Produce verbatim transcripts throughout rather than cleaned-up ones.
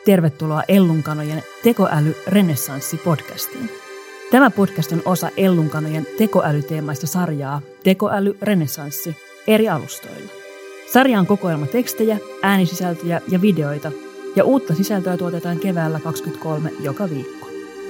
Tervetuloa Ellunkanojen Tekoäly-renessanssi-podcastiin. Tämä podcast on osa Ellunkanojen tekoälyteemaista sarjaa Tekoäly Renessanssi eri alustoilla. Sarja on kokoelma tekstejä, äänisisältöjä ja videoita, ja uutta sisältöä tuotetaan keväällä kaksikymmentäkolme joka viikko.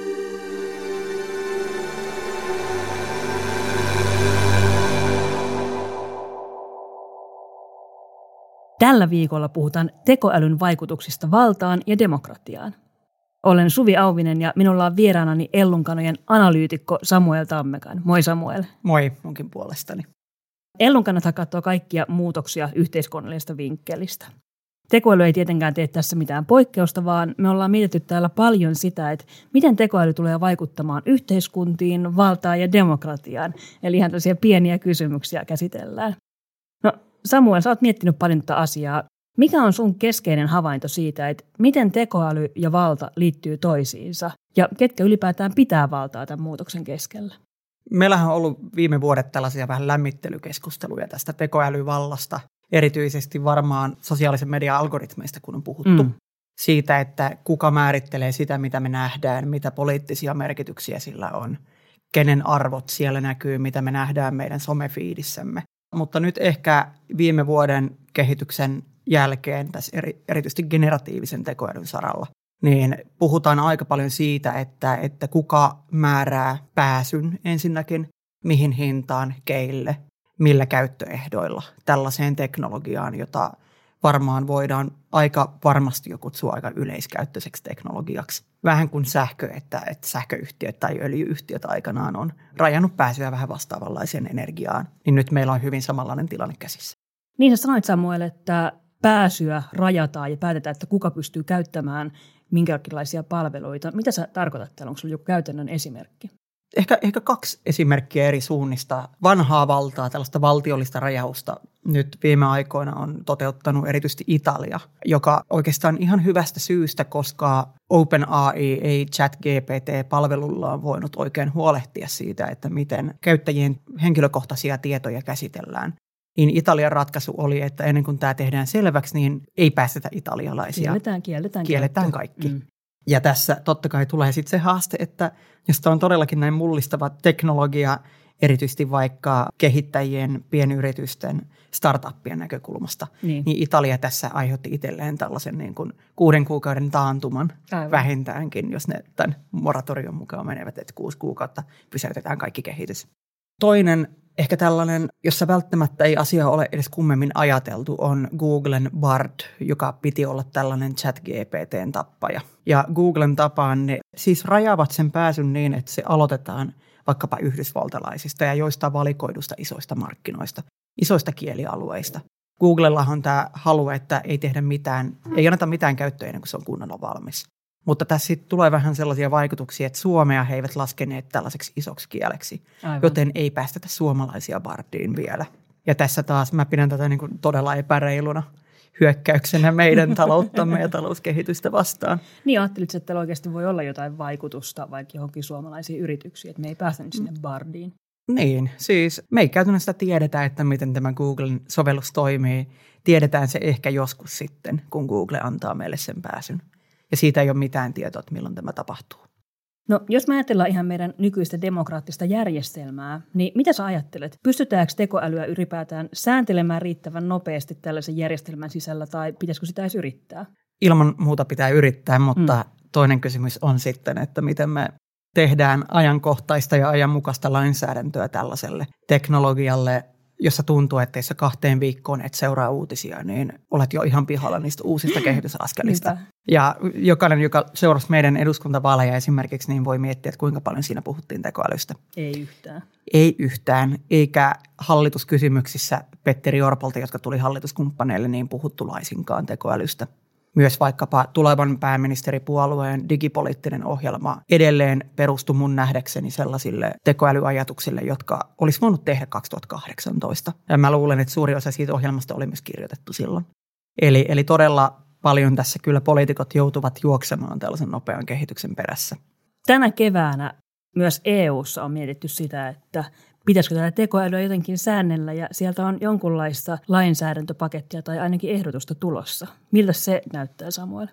Tällä viikolla puhutaan tekoälyn vaikutuksista valtaan ja demokratiaan. Olen Suvi Auvinen ja minulla on vieraanani Ellunkanojen analyytikko Samuel Tammekan. Moi Samuel. Moi munkin puolestani. Ellunkanat katsoo kaikkia muutoksia yhteiskunnallisesta vinkkelistä. Tekoäly ei tietenkään tee tässä mitään poikkeusta, vaan me ollaan mietitty täällä paljon sitä, että miten tekoäly tulee vaikuttamaan yhteiskuntiin, valtaan ja demokratiaan. Eli ihan tällaisia pieniä kysymyksiä käsitellään. No Samuel, sä oot miettinyt paljon tätä asiaa. Mikä on sun keskeinen havainto siitä, että miten tekoäly ja valta liittyy toisiinsa ja ketkä ylipäätään pitää valtaa tämän muutoksen keskellä? Meillähän on ollut viime vuodet tällaisia vähän lämmittelykeskusteluja tästä tekoälyvallasta, erityisesti varmaan sosiaalisen median algoritmeista, kun on puhuttu. Mm. Siitä, että kuka määrittelee sitä, mitä me nähdään, mitä poliittisia merkityksiä sillä on, kenen arvot siellä näkyy, mitä me nähdään meidän somefiidissämme. Mutta nyt ehkä viime vuoden kehityksen jälkeen tässä eri, erityisesti generatiivisen tekoälyn saralla, niin puhutaan aika paljon siitä, että, että kuka määrää pääsyn ensinnäkin, mihin hintaan, keille, millä käyttöehdoilla tällaiseen teknologiaan, jota varmaan voidaan aika varmasti jo kutsua aika yleiskäyttöiseksi teknologiaksi. Vähän kuin sähkö, että, että sähköyhtiöt tai öljyyhtiöt aikanaan on rajannut pääsyä vähän vastaavanlaiseen energiaan, niin nyt meillä on hyvin samanlainen tilanne käsissä. Niin sä sanoit Samuel, että pääsyä rajataan ja päätetään, että kuka pystyy käyttämään minkälaisia palveluita. Mitä sä tarkoitat täällä? Onko sulla joku käytännön esimerkki? Ehkä, ehkä kaksi esimerkkiä eri suunnista. Vanhaa valtaa, tällaista valtiollista rajausta nyt viime aikoina on toteuttanut erityisesti Italia, joka oikeastaan ihan hyvästä syystä, koska OpenAI ei ChatGPT-palvelulla on voinut oikein huolehtia siitä, että miten käyttäjien henkilökohtaisia tietoja käsitellään. Niin Italian ratkaisu oli, että ennen kuin tämä tehdään selväksi, niin ei päästetä italialaisia. Kielletään, kielletään. Kielletään kaikki. Mm. Ja tässä totta kai tulee sitten se haaste, että jos tämä on todellakin näin mullistava teknologia, erityisesti vaikka kehittäjien, pienyritysten, startuppien näkökulmasta, niin, niin Italia tässä aiheutti itselleen tällaisen niin kuin kuuden kuukauden taantuman Aivan. vähintäänkin, jos ne tämän moratorion mukaan menevät, että kuusi kuukautta pysäytetään kaikki kehitys. Toinen ehkä tällainen, jossa välttämättä ei asia ole edes kummemmin ajateltu, on Googlen Bard, joka piti olla tällainen ChatGPTn tappaja. Ja Googlen tapaan ne siis rajaavat sen pääsyn niin, että se aloitetaan vaikkapa yhdysvaltalaisista ja joistain valikoidusta isoista markkinoista, isoista kielialueista. Googlella on tämä halu, että ei tehdä mitään, ei anneta mitään käyttöä ennen kuin se on kunnolla valmis. Mutta tässä sitten tulee vähän sellaisia vaikutuksia, että suomea he eivät laskeneet tällaiseksi isoksi kieleksi, Aivan. joten ei päästetä suomalaisia Bardiin vielä. Ja tässä taas mä pidän tätä niin kuin todella epäreiluna hyökkäyksenä meidän talouttamme ja talouskehitystä vastaan. Niin ajattelit, että oikeasti voi olla jotain vaikutusta vaikka johonkin suomalaisiin yrityksiin, että me ei päästä nyt sinne Bardiin. Niin, siis me ei käytännössä tiedetä, että miten tämä Googlen sovellus toimii. Tiedetään se ehkä joskus sitten, kun Google antaa meille sen pääsyn. Ja siitä ei ole mitään tietoa, että milloin tämä tapahtuu. No, jos me ajatellaan ihan meidän nykyistä demokraattista järjestelmää, niin mitä sä ajattelet? Pystytäänkö tekoälyä ylipäätään sääntelemään riittävän nopeasti tällaisen järjestelmän sisällä, tai pitäisikö sitä edes yrittää? Ilman muuta pitää yrittää, mutta mm. toinen kysymys on sitten, että miten me tehdään ajankohtaista ja ajanmukaista lainsäädäntöä tällaiselle teknologialle, jossa tuntuu, että jos kahteen viikkoon et seuraa uutisia, niin olet jo ihan pihalla niistä uusista kehitysaskelista. Ja jokainen, joka seurasi meidän eduskuntavaaleja esimerkiksi, niin voi miettiä, että kuinka paljon siinä puhuttiin tekoälystä. Ei yhtään. Ei yhtään, eikä hallituskysymyksissä Petteri Orpolta, jotka tuli hallituskumppaneille, niin puhuttu laisinkaan tekoälystä. Myös vaikkapa tulevan pääministeripuolueen digipoliittinen ohjelma edelleen perustui mun nähdäkseni sellaisille tekoälyajatuksille, jotka olisi voinut tehdä kaksituhattakahdeksantoista. Ja mä luulen, että suuri osa siitä ohjelmasta oli myös kirjoitettu silloin. Eli, eli todella paljon tässä kyllä poliitikot joutuvat juoksemaan tällaisen nopean kehityksen perässä. Tänä keväänä myös E U:ssa on mietitty sitä, että pitäisikö tätä tekoälyä jotenkin säännellä, ja sieltä on jonkunlaista lainsäädäntöpakettia tai ainakin ehdotusta tulossa. Miltä se näyttää, Samuel?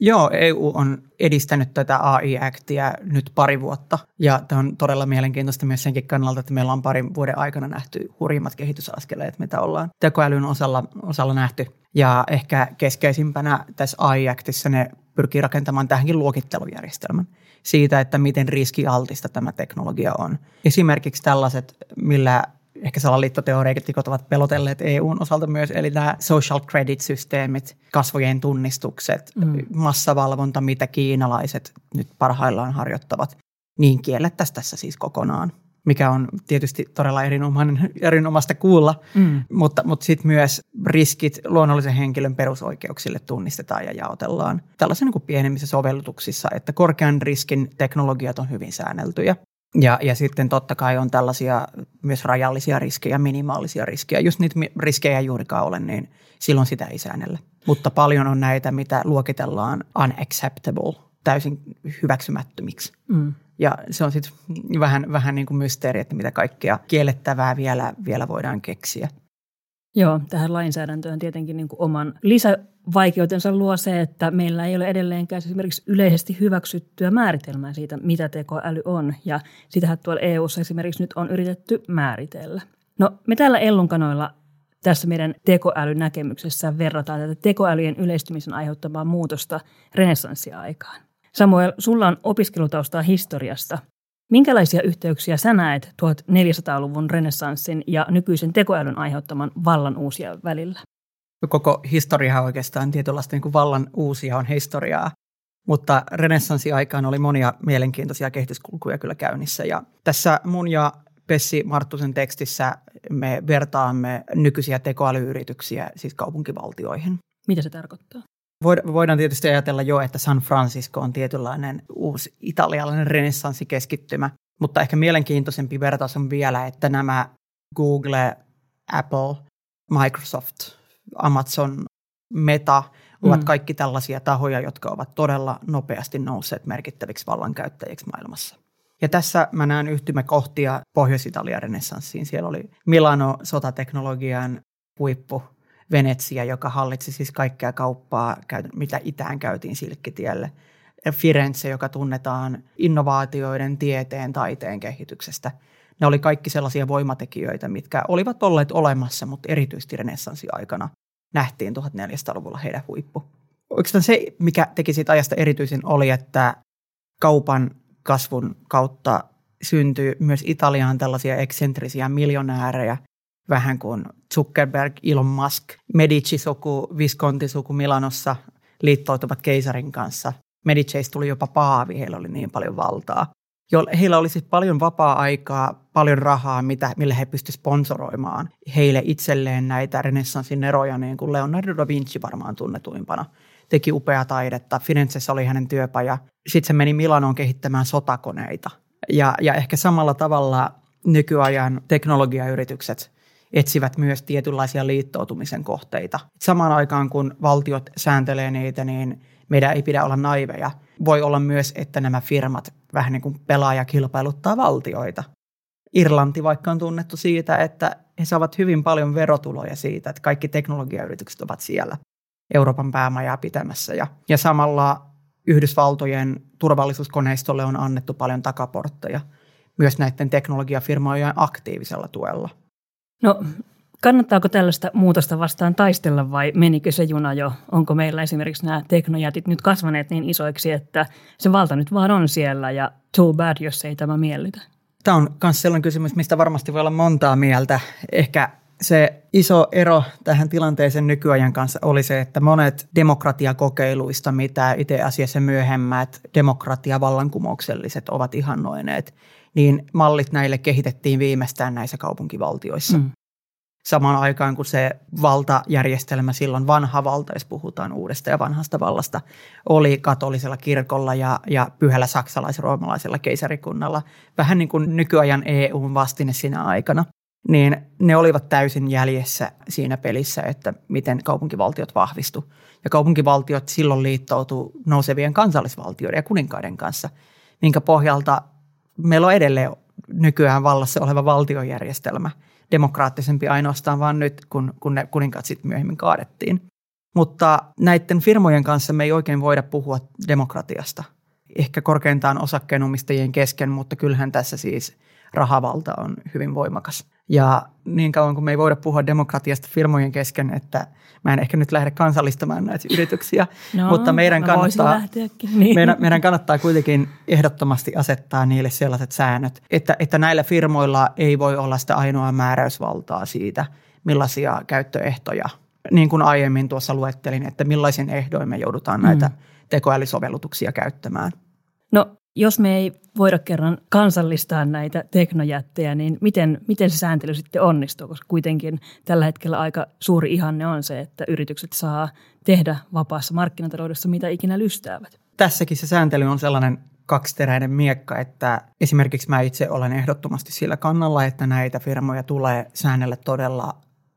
Joo, E U on edistänyt tätä A I-actia nyt pari vuotta, ja tämä on todella mielenkiintoista myös senkin kannalta, että meillä on parin vuoden aikana nähty hurjimmat kehitysaskeleet, mitä ollaan tekoälyn osalla, osalla nähty. Ja ehkä keskeisimpänä tässä A I-actissa ne pyrkii rakentamaan tähänkin luokittelujärjestelmän siitä, että miten riskialtista tämä teknologia on. Esimerkiksi tällaiset, millä ehkä salaliittoteoreetikot ovat pelotelleet E U:n osalta myös, eli nämä social credit-systeemit, kasvojen tunnistukset, mm. massavalvonta, mitä kiinalaiset nyt parhaillaan harjoittavat, niin kiellettäisiin tässä siis kokonaan, mikä on tietysti todella erinomainen, erinomaista kuulla, mm. mutta, mutta sitten myös riskit luonnollisen henkilön perusoikeuksille tunnistetaan ja jaotellaan tällaisissa niin kuin pienemmissä sovellutuksissa, että korkean riskin teknologiat on hyvin säänneltyjä. Ja, ja sitten totta kai on tällaisia myös rajallisia riskejä, minimaalisia riskejä. Jos niitä riskejä ei juurikaan ole, niin silloin sitä ei säännellä. Mutta paljon on näitä, mitä luokitellaan unacceptable, täysin hyväksymättömiksi. Mm. Ja se on sitten vähän, vähän niin kuin mysteeri, että mitä kaikkea kiellettävää vielä, vielä voidaan keksiä. Joo, tähän lainsäädäntöön tietenkin niin kuin oman lisävaikeutensa luo se, että meillä ei ole edelleenkään esimerkiksi yleisesti hyväksyttyä määritelmää siitä, mitä tekoäly on. Ja sitähän tuolla E U:ssa esimerkiksi nyt on yritetty määritellä. No me täällä Ellunkanoilla tässä meidän tekoälynäkemyksessä verrataan tätä tekoälyjen yleistymisen aiheuttamaa muutosta renessanssia-aikaan. Samuel, sulla on opiskelutaustaa historiasta. Minkälaisia yhteyksiä sä näet tuhatneljäsataaluvun renessanssin ja nykyisen tekoälyn aiheuttaman vallan uusia välillä? Koko historia oikeastaan tietynlaista niin kuin vallan uusia on historiaa, mutta renessanssiaikaan oli monia mielenkiintoisia kehityskulkuja kyllä käynnissä. Ja tässä mun ja Pessi Marttusen tekstissä me vertaamme nykyisiä tekoälyyrityksiä siis kaupunkivaltioihin. Mitä se tarkoittaa? Voidaan tietysti ajatella jo, että San Francisco on tietynlainen uusi italialainen renessanssi-keskittymä, mutta ehkä mielenkiintoisempi vertaus on vielä, että nämä Google, Apple, Microsoft, Amazon, Meta ovat mm. kaikki tällaisia tahoja, jotka ovat todella nopeasti nousseet merkittäviksi vallankäyttäjiksi maailmassa. Ja tässä mä näen yhtymäkohtia Pohjois-Italian renessanssiin. Siellä oli Milano sotateknologian huippu, Venetsia, joka hallitsi siis kaikkea kauppaa, mitä itään käytiin silkkitielle. Firenze, joka tunnetaan innovaatioiden, tieteen, taiteen kehityksestä. Ne oli kaikki sellaisia voimatekijöitä, mitkä olivat olleet olemassa, mutta erityisesti renessanssiaikana nähtiin tuhatneljäsataaluvulla heidän huippu. Oikeastaan se, mikä teki siitä ajasta erityisen, oli, että kaupan kasvun kautta syntyi myös Italiaan tällaisia eksentrisiä miljonäärejä, vähän kuin Zuckerberg, Elon Musk, Medici-suku, Visconti-suku Milanossa liittoutuvat keisarin kanssa. Mediceistä tuli jopa paavi, heillä oli niin paljon valtaa. Heillä oli siis paljon vapaa-aikaa, paljon rahaa, mitä, millä he pystyivät sponsoroimaan heille itselleen näitä renessanssin neroja, niin kuin Leonardo da Vinci varmaan tunnetuimpana. Teki upeaa taidetta, Firenzessä oli hänen työpaja. Sitten se meni Milanoon kehittämään sotakoneita. Ja, ja ehkä samalla tavalla nykyajan teknologiayritykset etsivät myös tietynlaisia liittoutumisen kohteita. Samaan aikaan, kun valtiot sääntelee niitä, niin meidän ei pidä olla naiveja. Voi olla myös, että nämä firmat vähän niin kuin pelaa ja kilpailuttaa valtioita. Irlanti vaikka on tunnettu siitä, että he saavat hyvin paljon verotuloja siitä, että kaikki teknologiayritykset ovat siellä Euroopan päämajaa pitämässä. Ja, ja samalla Yhdysvaltojen turvallisuuskoneistolle on annettu paljon takaportteja myös näiden teknologiafirmojen aktiivisella tuella. No, kannattaako tällaista muutosta vastaan taistella vai menikö se juna jo? Onko meillä esimerkiksi nämä teknojätit nyt kasvaneet niin isoiksi, että se valta nyt vaan on siellä ja too bad, jos ei tämä miellytä? Tämä on myös sellainen kysymys, mistä varmasti voi olla montaa mieltä. Ehkä se iso ero tähän tilanteeseen nykyajan kanssa oli se, että monet demokratiakokeiluista, mitä itse asiassa myöhemmät demokratiavallankumoukselliset ovat ihannoineet, niin mallit näille kehitettiin viimeistään näissä kaupunkivaltioissa. Mm. Samaan aikaan, kun se valtajärjestelmä, silloin vanha valta, jos puhutaan uudesta ja vanhasta vallasta, oli katolisella kirkolla ja, ja pyhällä saksalais-roomalaisella keisarikunnalla, vähän niin kuin nykyajan E U:n vastine siinä aikana, niin ne olivat täysin jäljessä siinä pelissä, että miten kaupunkivaltiot vahvistu. Ja kaupunkivaltiot silloin liittoutuu nousevien kansallisvaltioiden ja kuninkaiden kanssa, minkä pohjalta meillä on edelleen nykyään vallassa oleva valtiojärjestelmä, demokraattisempi ainoastaan vaan nyt, kun, kun ne kuninkaat sitten myöhemmin kaadettiin. Mutta näiden firmojen kanssa me ei oikein voida puhua demokratiasta. Ehkä korkeintaan osakkeenomistajien kesken, mutta kyllähän tässä siis rahavalta on hyvin voimakas. Ja niin kauan kuin me ei voida puhua demokratiasta firmojen kesken, että mä en ehkä nyt lähde kansallistamaan näitä yrityksiä, no, mutta meidän kannattaa, niin. meidän, meidän kannattaa kuitenkin ehdottomasti asettaa niille sellaiset säännöt, että, että näillä firmoilla ei voi olla sitä ainoa määräysvaltaa siitä, millaisia käyttöehtoja, niin kuin aiemmin tuossa luettelin, että millaisin ehdoin me joudutaan näitä mm. tekoälysovellutuksia käyttämään. No, jos me ei voida kerran kansallistaa näitä teknojättejä, niin miten, miten se sääntely sitten onnistuu? Koska kuitenkin tällä hetkellä aika suuri ihanne on se, että yritykset saa tehdä vapaassa markkinataloudessa mitä ikinä lystäävät. Tässäkin se sääntely on sellainen kaksiteräinen miekka, että esimerkiksi mä itse olen ehdottomasti sillä kannalla, että näitä firmoja tulee säännellä todella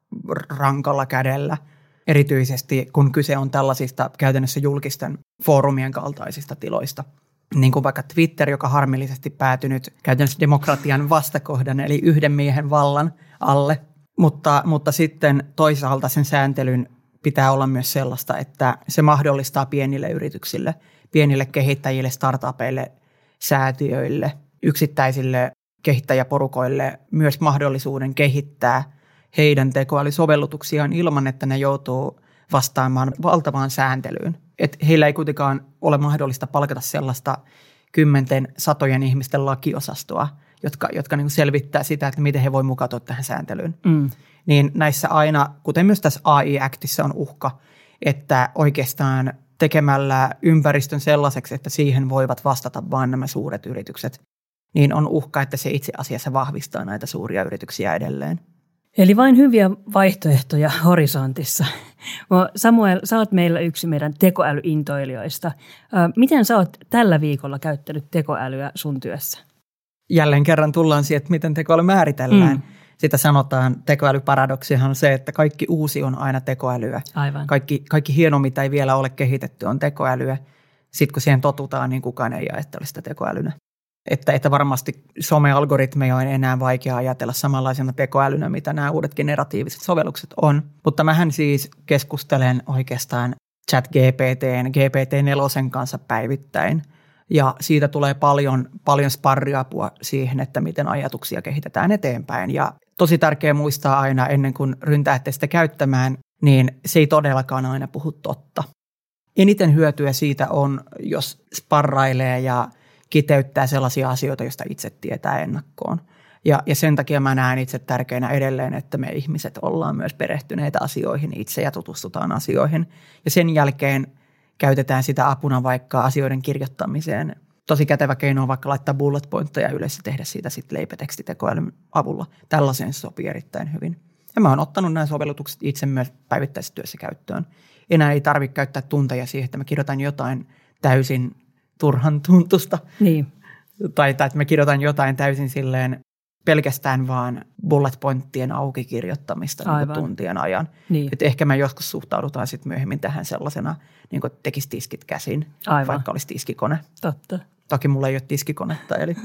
rankalla kädellä. Erityisesti kun kyse on tällaisista käytännössä julkisten foorumien kaltaisista tiloista. Niin kuin vaikka Twitter, joka harmillisesti päätynyt käytännössä demokratian vastakohdan, eli yhden miehen vallan alle. Mutta, mutta sitten toisaalta sen sääntelyn pitää olla myös sellaista, että se mahdollistaa pienille yrityksille, pienille kehittäjille, startupeille, säätiöille, yksittäisille kehittäjäporukoille myös mahdollisuuden kehittää heidän tekoälysovellutuksiaan ilman, että ne joutuu vastaamaan valtavaan sääntelyyn. Että heillä ei kuitenkaan ole mahdollista palkata sellaista kymmenten, satojen ihmisten lakiosastoa, jotka, jotka niin selvittää sitä, että miten he voi mukautua tähän sääntelyyn. Mm. Niin näissä aina, kuten myös tässä A I-Actissa on uhka, että oikeastaan tekemällä ympäristön sellaiseksi, että siihen voivat vastata vain nämä suuret yritykset, niin on uhka, että se itse asiassa vahvistaa näitä suuria yrityksiä edelleen. Eli vain hyviä vaihtoehtoja horisontissa. Samuel, sä oot meillä yksi meidän tekoälyintoilijoista. Miten sä oot tällä viikolla käyttänyt tekoälyä sun työssä? Jälleen kerran tullaan siihen, että miten tekoäly määritellään. Mm. Sitä sanotaan, tekoälyparadoksihan on se, että kaikki uusi on aina tekoälyä. Aivan. Kaikki, kaikki hieno, mitä ei vielä ole kehitetty, on tekoälyä. Sitten kun siihen totutaan, niin kukaan ei ajattele sitä tekoälynä. Että, että varmasti some-algoritmeja on enää vaikea ajatella samanlaisena tekoälynä, mitä nämä uudet generatiiviset sovellukset on. Mutta mähän siis keskustelen oikeastaan ChatGPT:n, G P T neljä kanssa päivittäin. Ja siitä tulee paljon, paljon sparriapua siihen, että miten ajatuksia kehitetään eteenpäin. Ja tosi tärkeää muistaa aina ennen kuin ryntäätte sitä käyttämään, niin se ei todellakaan aina puhu totta. Eniten hyötyä siitä on, jos sparrailee ja kiteyttää sellaisia asioita, joista itse tietää ennakkoon. Ja, ja sen takia mä näen itse tärkeänä edelleen, että me ihmiset ollaan myös perehtyneitä asioihin itse ja tutustutaan asioihin. Ja sen jälkeen käytetään sitä apuna vaikka asioiden kirjoittamiseen. Tosi kätevä keino on vaikka laittaa bullet pointteja ylös ja tehdä siitä sitten leipätekstitekoälyn avulla. Tällaiseen se sopii erittäin hyvin. Ja mä oon ottanut nämä sovellutukset itse myös päivittäisessä työssä käyttöön. Enää ei tarvitse käyttää tunteja siihen, että mä kirjoitan jotain täysin turhan tuntusta. Niin. Tai, tai että mä kirjoitan jotain täysin silleen pelkästään vaan bullet pointtien auki kirjoittamista niin tuntien ajan. Niin. Että ehkä me joskus suhtaudutaan sitten myöhemmin tähän sellaisena, niin kuin tekisi tiskit käsin, aivan, vaikka olisi tiskikone. Totta. Toki mulla ei ole tiskikonetta. Eli.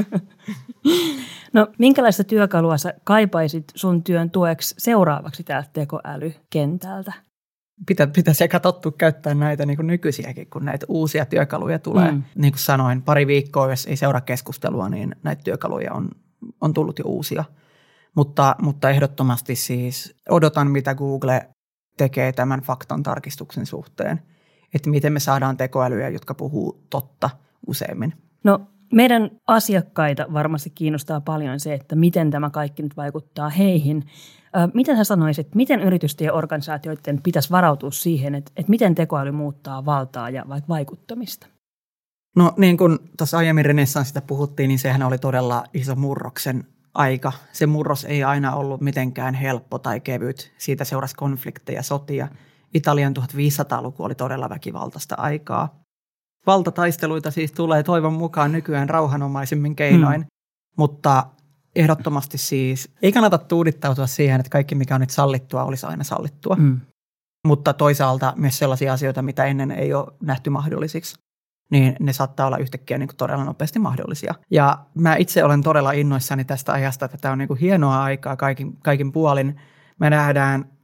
No minkälaista työkalua sä kaipaisit sun työn tueksi seuraavaksi täältä tekoälykentältä? Pitä, pitäisi ehkä tottua käyttää näitä niin kuin nykyisiäkin, kun näitä uusia työkaluja tulee. Mm. Niin kuin sanoin, pari viikkoa, jos ei seuraa keskustelua, niin näitä työkaluja on, on tullut jo uusia. Mutta, mutta ehdottomasti siis odotan, mitä Google tekee tämän faktan tarkistuksen suhteen. Että miten me saadaan tekoälyjä, jotka puhuu totta useimmin. No meidän asiakkaita varmasti kiinnostaa paljon se, että miten tämä kaikki nyt vaikuttaa heihin. Mitä sä sanoisit, miten yritysten ja organisaatioiden pitäisi varautua siihen, että, että miten tekoäly muuttaa valtaa ja vaikka vaikuttamista? No niin kuin tuossa aiemmin renessanssista puhuttiin, niin sehän oli todella iso murroksen aika. Se murros ei aina ollut mitenkään helppo tai kevyt. Siitä seurasi konflikteja, sotia. Italian tuhatviisisataaluku oli todella väkivaltaista aikaa. Valtataisteluita siis tulee toivon mukaan nykyään rauhanomaisemmin keinoin, hmm. mutta ehdottomasti siis ei kannata tuudittautua siihen, että kaikki mikä on nyt sallittua olisi aina sallittua. Hmm. Mutta toisaalta myös sellaisia asioita, mitä ennen ei ole nähty mahdollisiksi, niin ne saattaa olla yhtäkkiä niin kuin todella nopeasti mahdollisia. Ja mä itse olen todella innoissani tästä ajasta, että tämä on niin kuin hienoa aikaa kaikin, kaikin puolin. Me nähdään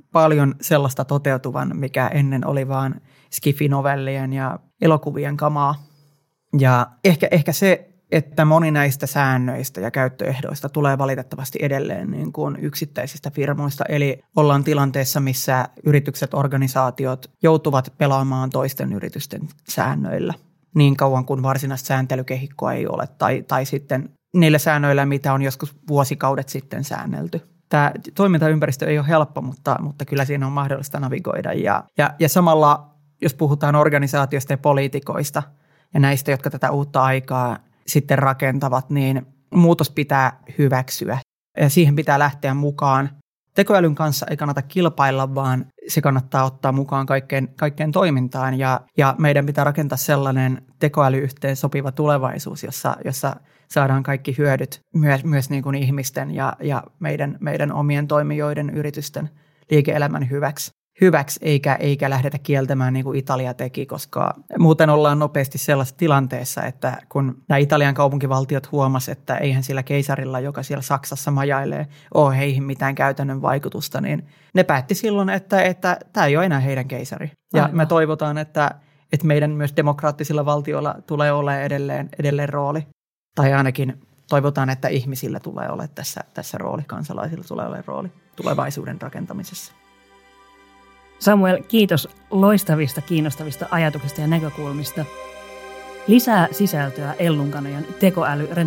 paljon sellaista toteutuvan, mikä ennen oli vaan skifi-novellien ja elokuvien kamaa. Ja ehkä, ehkä se, että moni näistä säännöistä ja käyttöehdoista tulee valitettavasti edelleen niin kuin yksittäisistä firmoista. Eli ollaan tilanteessa, missä yritykset, organisaatiot joutuvat pelaamaan toisten yritysten säännöillä niin kauan kuin varsinaista sääntelykehikkoa ei ole. Tai, tai sitten niillä säännöillä, mitä on joskus vuosikaudet sitten säännelty. Tämä toimintaympäristö ei ole helppo, mutta, mutta kyllä siinä on mahdollista navigoida. Ja, ja, ja samalla, jos puhutaan organisaatioista ja poliitikoista ja näistä, jotka tätä uutta aikaa sitten rakentavat, niin muutos pitää hyväksyä ja siihen pitää lähteä mukaan. Tekoälyn kanssa ei kannata kilpailla, vaan se kannattaa ottaa mukaan kaikkeen, kaikkeen toimintaan ja, ja meidän pitää rakentaa sellainen tekoälyyhteen sopiva tulevaisuus, jossa, jossa saadaan kaikki hyödyt myös, myös niin kuin ihmisten ja, ja meidän, meidän omien toimijoiden, yritysten, liike-elämän hyväksi. hyväksi eikä, eikä lähdetä kieltämään niin kuin Italia teki, koska muuten ollaan nopeasti sellaisessa tilanteessa, että kun nämä Italian kaupunkivaltiot huomasivat, että eihän sillä keisarilla, joka siellä Saksassa majailee, ole heihin mitään käytännön vaikutusta, niin ne päätti silloin, että, että tämä ei ole enää heidän keisari. Ja Aivan. me toivotaan, että, että meidän myös demokraattisilla valtioilla tulee olemaan edelleen, edelleen rooli. Tai ainakin toivotaan, että ihmisillä tulee olemaan tässä, tässä rooli, kansalaisilla tulee olemaan rooli tulevaisuuden rakentamisessa. Samuel, kiitos loistavista, kiinnostavista ajatuksista ja näkökulmista. Lisää sisältöä Ellunkanojen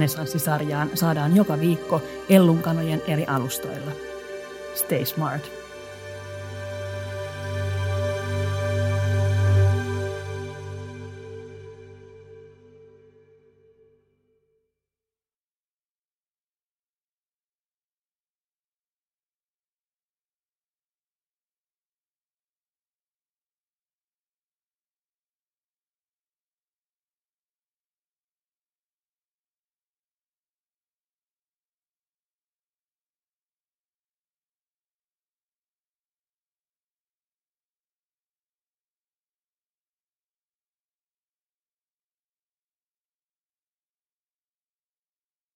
tekoäly-renessanssisarjaan saadaan joka viikko Ellunkanojen eri alustoilla. Stay smart.